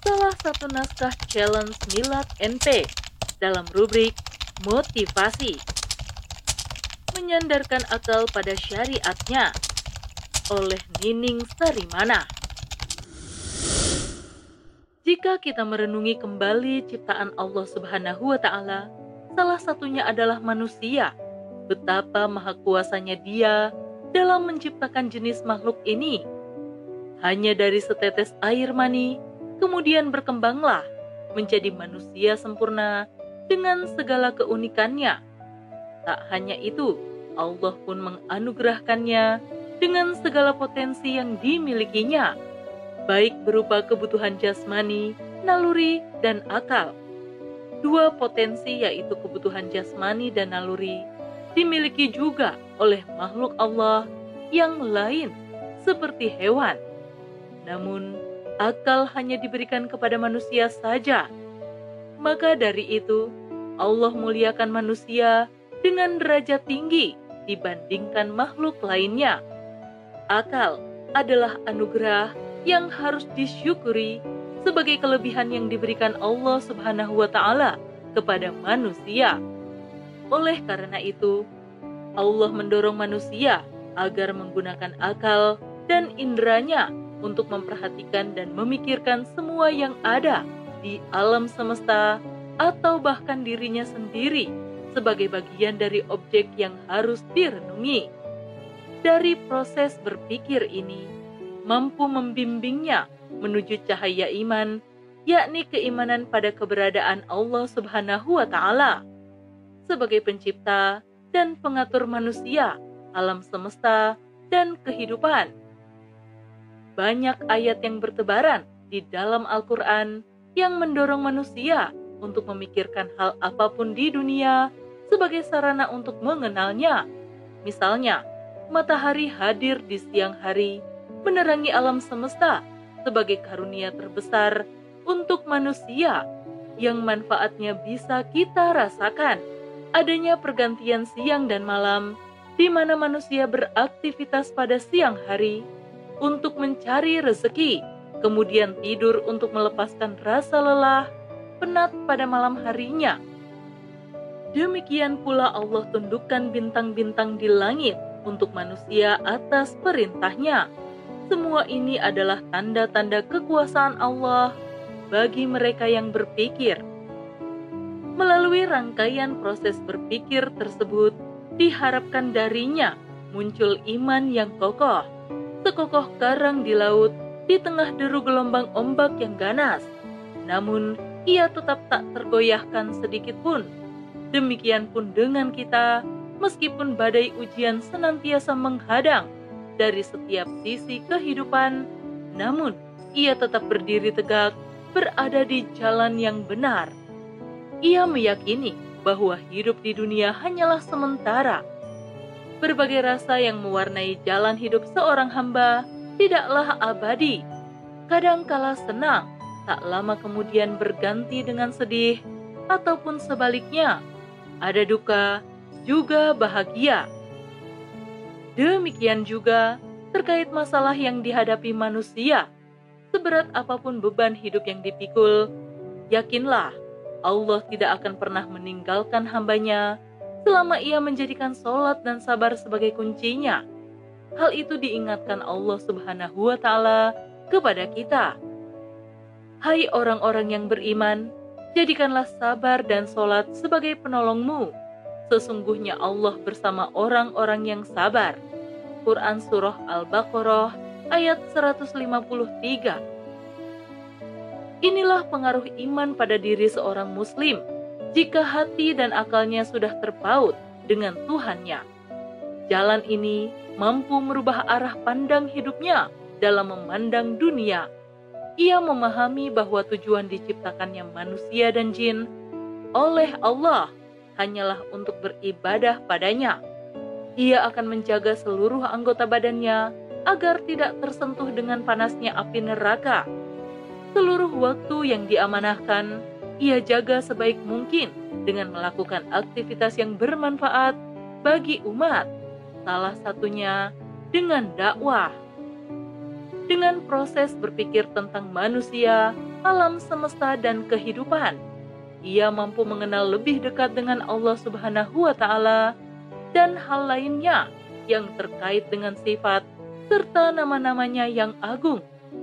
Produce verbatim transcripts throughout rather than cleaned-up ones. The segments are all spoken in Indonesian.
salah satu naskah challenge Milad N P dalam rubrik motivasi, menyandarkan akal pada syariatnya oleh Nining Sarimana. Jika kita merenungi kembali ciptaan Allah Subhanahu wa Ta'ala, salah satunya adalah manusia. Betapa maha kuasanya Dia dalam menciptakan jenis makhluk ini. Hanya dari setetes air mani, kemudian berkembanglah menjadi manusia sempurna dengan segala keunikannya. Tak hanya itu, Allah pun menganugerahkannya dengan segala potensi yang dimilikinya, baik berupa kebutuhan jasmani, naluri, dan akal. Dua potensi yaitu kebutuhan jasmani dan naluri dimiliki juga oleh makhluk Allah yang lain seperti hewan. Namun, akal hanya diberikan kepada manusia saja. Maka dari itu, Allah muliakan manusia dengan derajat tinggi dibandingkan makhluk lainnya. Akal adalah anugerah yang harus disyukuri sebagai kelebihan yang diberikan Allah Subhanahu wa Ta'ala kepada manusia. Oleh karena itu, Allah mendorong manusia agar menggunakan akal dan inderanya untuk memperhatikan dan memikirkan semua yang ada di alam semesta atau bahkan dirinya sendiri sebagai bagian dari objek yang harus direnungi. Dari proses berpikir ini, mampu membimbingnya menuju cahaya iman, yakni keimanan pada keberadaan Allah Subhanahu wa Ta'ala sebagai pencipta dan pengatur manusia, alam semesta, dan kehidupan. Banyak ayat yang bertebaran di dalam Al-Quran yang mendorong manusia untuk memikirkan hal apapun di dunia sebagai sarana untuk mengenalnya. Misalnya, matahari hadir di siang hari, menerangi alam semesta sebagai karunia terbesar untuk manusia yang manfaatnya bisa kita rasakan. Adanya pergantian siang dan malam, di mana manusia beraktivitas pada siang hari untuk mencari rezeki, kemudian tidur untuk melepaskan rasa lelah, penat pada malam harinya. Demikian pula Allah tundukkan bintang-bintang di langit untuk manusia atas perintahnya. Semua ini adalah tanda-tanda kekuasaan Allah bagi mereka yang berpikir. Melalui rangkaian proses berpikir tersebut, diharapkan darinya muncul iman yang kokoh, sekokoh karang di laut di tengah deru gelombang ombak yang ganas. Namun, ia tetap tak tergoyahkan sedikit pun. Demikian pun dengan kita, meskipun badai ujian senantiasa menghadang dari setiap sisi kehidupan, namun ia tetap berdiri tegak, berada di jalan yang benar. Ia meyakini bahwa hidup di dunia hanyalah sementara. Berbagai rasa yang mewarnai jalan hidup seorang hamba tidaklah abadi. Kadangkala senang, tak lama kemudian berganti dengan sedih, ataupun sebaliknya, ada duka, juga bahagia. Demikian juga terkait masalah yang dihadapi manusia. Seberat apapun beban hidup yang dipikul, yakinlah Allah tidak akan pernah meninggalkan hambanya selama ia menjadikan sholat dan sabar sebagai kuncinya. Hal itu diingatkan Allah Subhanahu wa Ta'ala kepada kita. Hai orang-orang yang beriman, jadikanlah sabar dan sholat sebagai penolongmu. Sesungguhnya Allah bersama orang-orang yang sabar. Quran Surah Al-Baqarah ayat seratus lima puluh tiga. Inilah pengaruh iman pada diri seorang muslim jika hati dan akalnya sudah terpaut dengan Tuhannya. Jalan ini mampu merubah arah pandang hidupnya dalam memandang dunia. Ia memahami bahwa tujuan diciptakannya manusia dan jin oleh Allah hanyalah untuk beribadah padanya. Ia akan menjaga seluruh anggota badannya agar tidak tersentuh dengan panasnya api neraka. Seluruh waktu yang diamanahkan, ia jaga sebaik mungkin dengan melakukan aktivitas yang bermanfaat bagi umat, salah satunya dengan dakwah. Dengan proses berpikir tentang manusia, alam semesta dan kehidupan. Ia mampu mengenal lebih dekat dengan Allah Subhanahu wa Ta'ala dan hal lainnya yang terkait dengan sifat serta nama-namanya yang agung.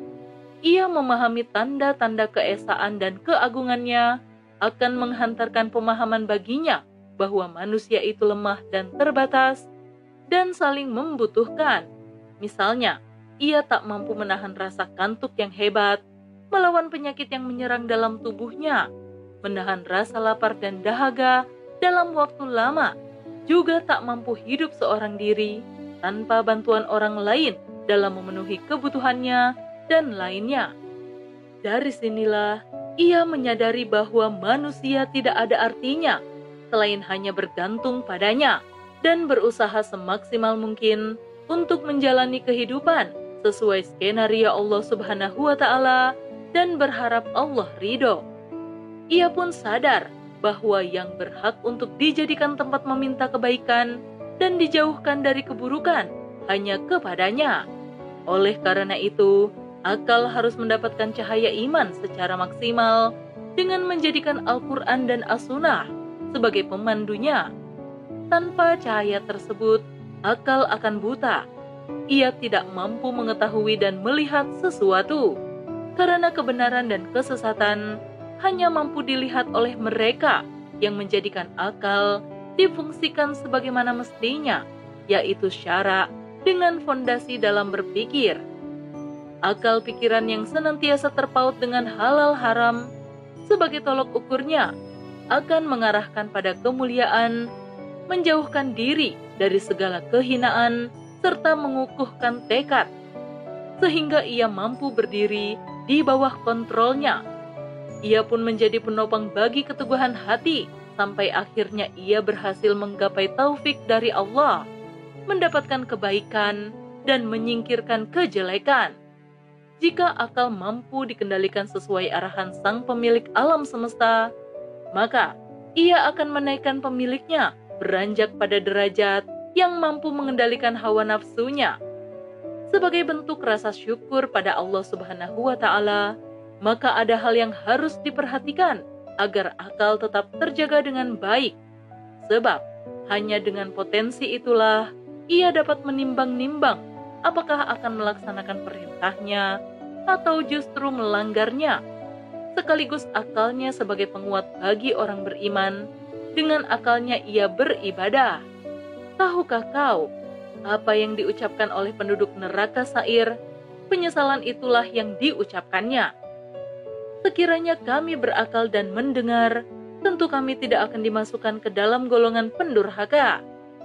Ia memahami tanda-tanda keesaan dan keagungannya, akan menghantarkan pemahaman baginya bahwa manusia itu lemah dan terbatas dan saling membutuhkan. Misalnya, ia tak mampu menahan rasa kantuk yang hebat, melawan penyakit yang menyerang dalam tubuhnya, menahan rasa lapar dan dahaga dalam waktu lama, juga tak mampu hidup seorang diri tanpa bantuan orang lain dalam memenuhi kebutuhannya dan lainnya. Dari sinilah ia menyadari bahwa manusia tidak ada artinya selain hanya bergantung padanya dan berusaha semaksimal mungkin untuk menjalani kehidupan sesuai skenario Allah Subhanahu wa Ta'ala dan berharap Allah ridho. Ia pun sadar bahwa yang berhak untuk dijadikan tempat meminta kebaikan dan dijauhkan dari keburukan hanya kepadanya. Oleh karena itu, akal harus mendapatkan cahaya iman secara maksimal dengan menjadikan Al-Quran dan As-Sunnah sebagai pemandunya. Tanpa cahaya tersebut, akal akan buta. Ia tidak mampu mengetahui dan melihat sesuatu, karena kebenaran dan kesesatan hanya mampu dilihat oleh mereka yang menjadikan akal difungsikan sebagaimana mestinya, yaitu syara dengan fondasi dalam berpikir. Akal pikiran yang senantiasa terpaut dengan halal haram sebagai tolok ukurnya akan mengarahkan pada kemuliaan, menjauhkan diri dari segala kehinaan, serta mengukuhkan tekad, sehingga ia mampu berdiri di bawah kontrolnya. Ia pun menjadi penopang bagi keteguhan hati, sampai akhirnya ia berhasil menggapai taufik dari Allah, mendapatkan kebaikan, dan menyingkirkan kejelekan. Jika akal mampu dikendalikan sesuai arahan sang pemilik alam semesta, maka ia akan menaikkan pemiliknya beranjak pada derajat yang mampu mengendalikan hawa nafsunya. Sebagai bentuk rasa syukur pada Allah Subhanahu wa Ta'ala, maka ada hal yang harus diperhatikan agar akal tetap terjaga dengan baik. Sebab hanya dengan potensi itulah ia dapat menimbang-nimbang apakah akan melaksanakan perintahnya atau justru melanggarnya. Sekaligus akalnya sebagai penguat bagi orang beriman, dengan akalnya ia beribadah. Tahukah kau apa yang diucapkan oleh penduduk neraka Sa'ir? Penyesalan itulah yang diucapkannya. Sekiranya kami berakal dan mendengar, tentu kami tidak akan dimasukkan ke dalam golongan pendurhaka.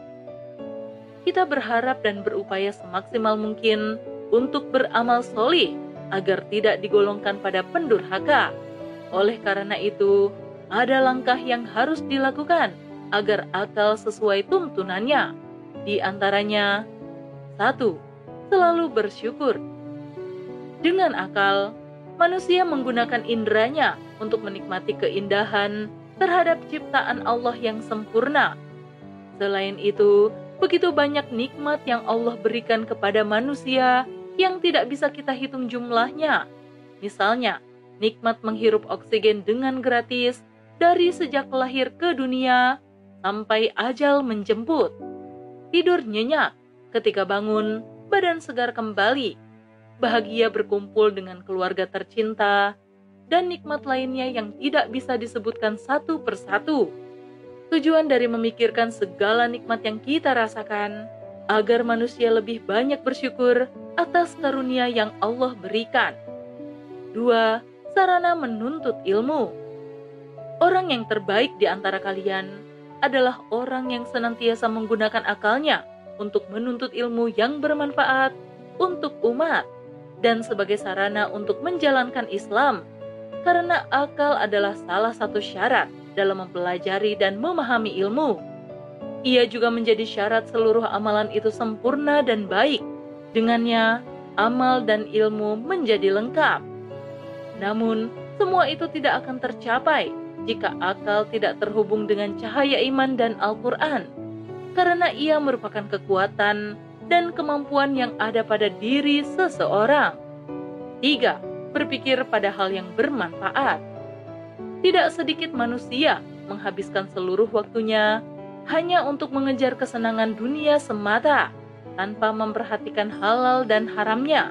Kita berharap dan berupaya semaksimal mungkin untuk beramal solih agar tidak digolongkan pada pendurhaka. Oleh karena itu, ada langkah yang harus dilakukan agar akal sesuai tuntunannya. Di antaranya, satu, selalu bersyukur. Dengan akal, manusia menggunakan inderanya untuk menikmati keindahan terhadap ciptaan Allah yang sempurna. Selain itu, begitu banyak nikmat yang Allah berikan kepada manusia yang tidak bisa kita hitung jumlahnya. Misalnya, nikmat menghirup oksigen dengan gratis dari sejak lahir ke dunia sampai ajal menjemput. Tidur nyenyak, ketika bangun, badan segar kembali, bahagia berkumpul dengan keluarga tercinta, dan nikmat lainnya yang tidak bisa disebutkan satu persatu. Tujuan dari memikirkan segala nikmat yang kita rasakan, agar manusia lebih banyak bersyukur atas karunia yang Allah berikan. Dua, sarana menuntut ilmu. Orang yang terbaik di antara kalian adalah orang yang senantiasa menggunakan akalnya untuk menuntut ilmu yang bermanfaat untuk umat dan sebagai sarana untuk menjalankan Islam, karena akal adalah salah satu syarat dalam mempelajari dan memahami ilmu. Ia juga menjadi syarat seluruh amalan itu sempurna dan baik. Dengannya, amal dan ilmu menjadi lengkap. Namun, semua itu tidak akan tercapai jika akal tidak terhubung dengan cahaya iman dan Al-Quran, karena ia merupakan kekuatan dan kemampuan yang ada pada diri seseorang. Tiga, berpikir pada hal yang bermanfaat. Tidak sedikit manusia menghabiskan seluruh waktunya hanya untuk mengejar kesenangan dunia semata, tanpa memperhatikan halal dan haramnya.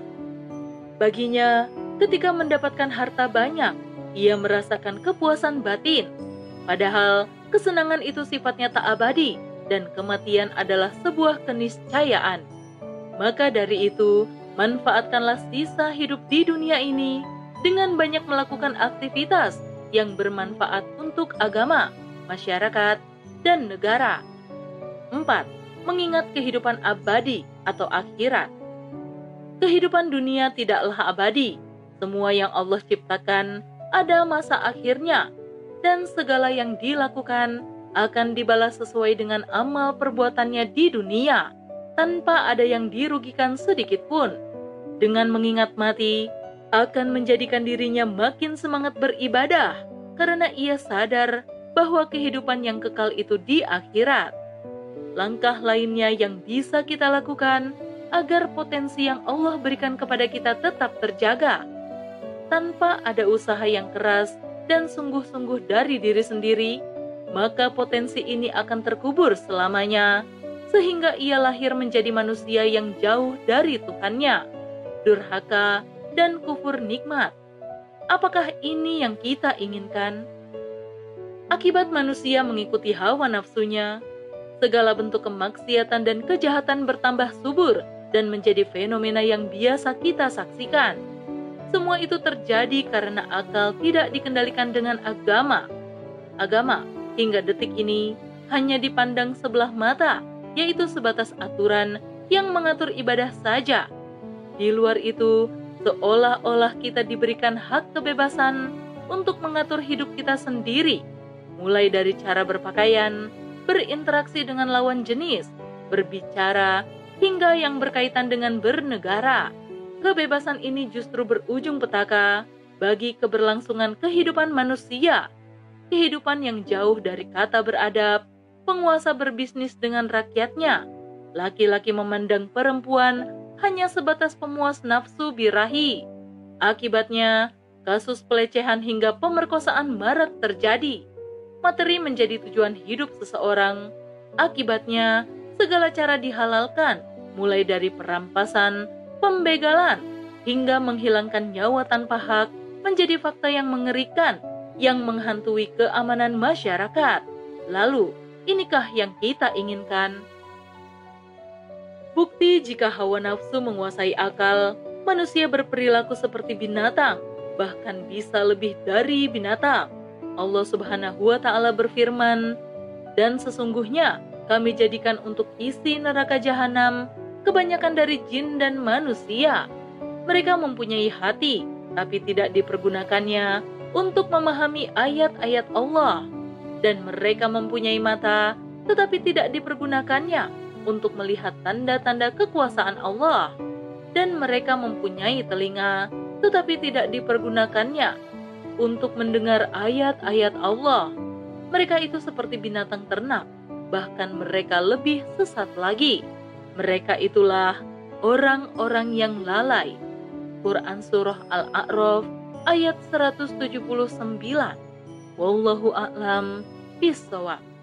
Baginya, ketika mendapatkan harta banyak, ia merasakan kepuasan batin. Padahal, kesenangan itu sifatnya tak abadi, dan kematian adalah sebuah keniscayaan. Maka dari itu, manfaatkanlah sisa hidup di dunia ini dengan banyak melakukan aktivitas yang bermanfaat untuk agama, masyarakat, dan negara. Empat. Mengingat kehidupan abadi atau akhirat. Kehidupan dunia tidaklah abadi. Semua yang Allah ciptakan ada masa akhirnya, dan segala yang dilakukan akan dibalas sesuai dengan amal perbuatannya di dunia, tanpa ada yang dirugikan sedikit pun. Dengan mengingat mati, akan menjadikan dirinya makin semangat beribadah, karena ia sadar bahwa kehidupan yang kekal itu di akhirat. Langkah lainnya yang bisa kita lakukan agar potensi yang Allah berikan kepada kita tetap terjaga. Tanpa ada usaha yang keras dan sungguh-sungguh dari diri sendiri, maka potensi ini akan terkubur selamanya, sehingga ia lahir menjadi manusia yang jauh dari Tuhannya, durhaka, dan kufur nikmat. Apakah ini yang kita inginkan? Akibat manusia mengikuti hawa nafsunya, segala bentuk kemaksiatan dan kejahatan bertambah subur dan menjadi fenomena yang biasa kita saksikan. Semua itu terjadi karena akal tidak dikendalikan dengan agama. Agama hingga detik ini hanya dipandang sebelah mata, yaitu sebatas aturan yang mengatur ibadah saja. Di luar itu, seolah-olah kita diberikan hak kebebasan untuk mengatur hidup kita sendiri, mulai dari cara berpakaian, berinteraksi dengan lawan jenis, berbicara, hingga yang berkaitan dengan bernegara. Kebebasan ini justru berujung petaka bagi keberlangsungan kehidupan manusia. Kehidupan yang jauh dari kata beradab, penguasa berbisnis dengan rakyatnya, laki-laki memandang perempuan hanya sebatas pemuas nafsu birahi. Akibatnya, kasus pelecehan hingga pemerkosaan marak terjadi. Materi menjadi tujuan hidup seseorang. Akibatnya, segala cara dihalalkan, mulai dari perampasan, pembegalan, hingga menghilangkan nyawa tanpa hak menjadi fakta yang mengerikan, yang menghantui keamanan masyarakat. Lalu, inikah yang kita inginkan? Bukti jika hawa nafsu menguasai akal, manusia berperilaku seperti binatang, bahkan bisa lebih dari binatang. Allah Subhanahu wa Ta'ala berfirman, "Dan sesungguhnya kami jadikan untuk isi neraka jahanam kebanyakan dari jin dan manusia. Mereka mempunyai hati, tapi tidak dipergunakannya untuk memahami ayat-ayat Allah. Dan mereka mempunyai mata, tetapi tidak dipergunakannya untuk melihat tanda-tanda kekuasaan Allah. Dan mereka mempunyai telinga, tetapi tidak dipergunakannya untuk mendengar ayat-ayat Allah. Mereka itu seperti binatang ternak, bahkan mereka lebih sesat lagi. Mereka itulah orang-orang yang lalai." Quran Surah Al-A'raf ayat seratus tujuh puluh sembilan. Wallahu a'lam bishawab.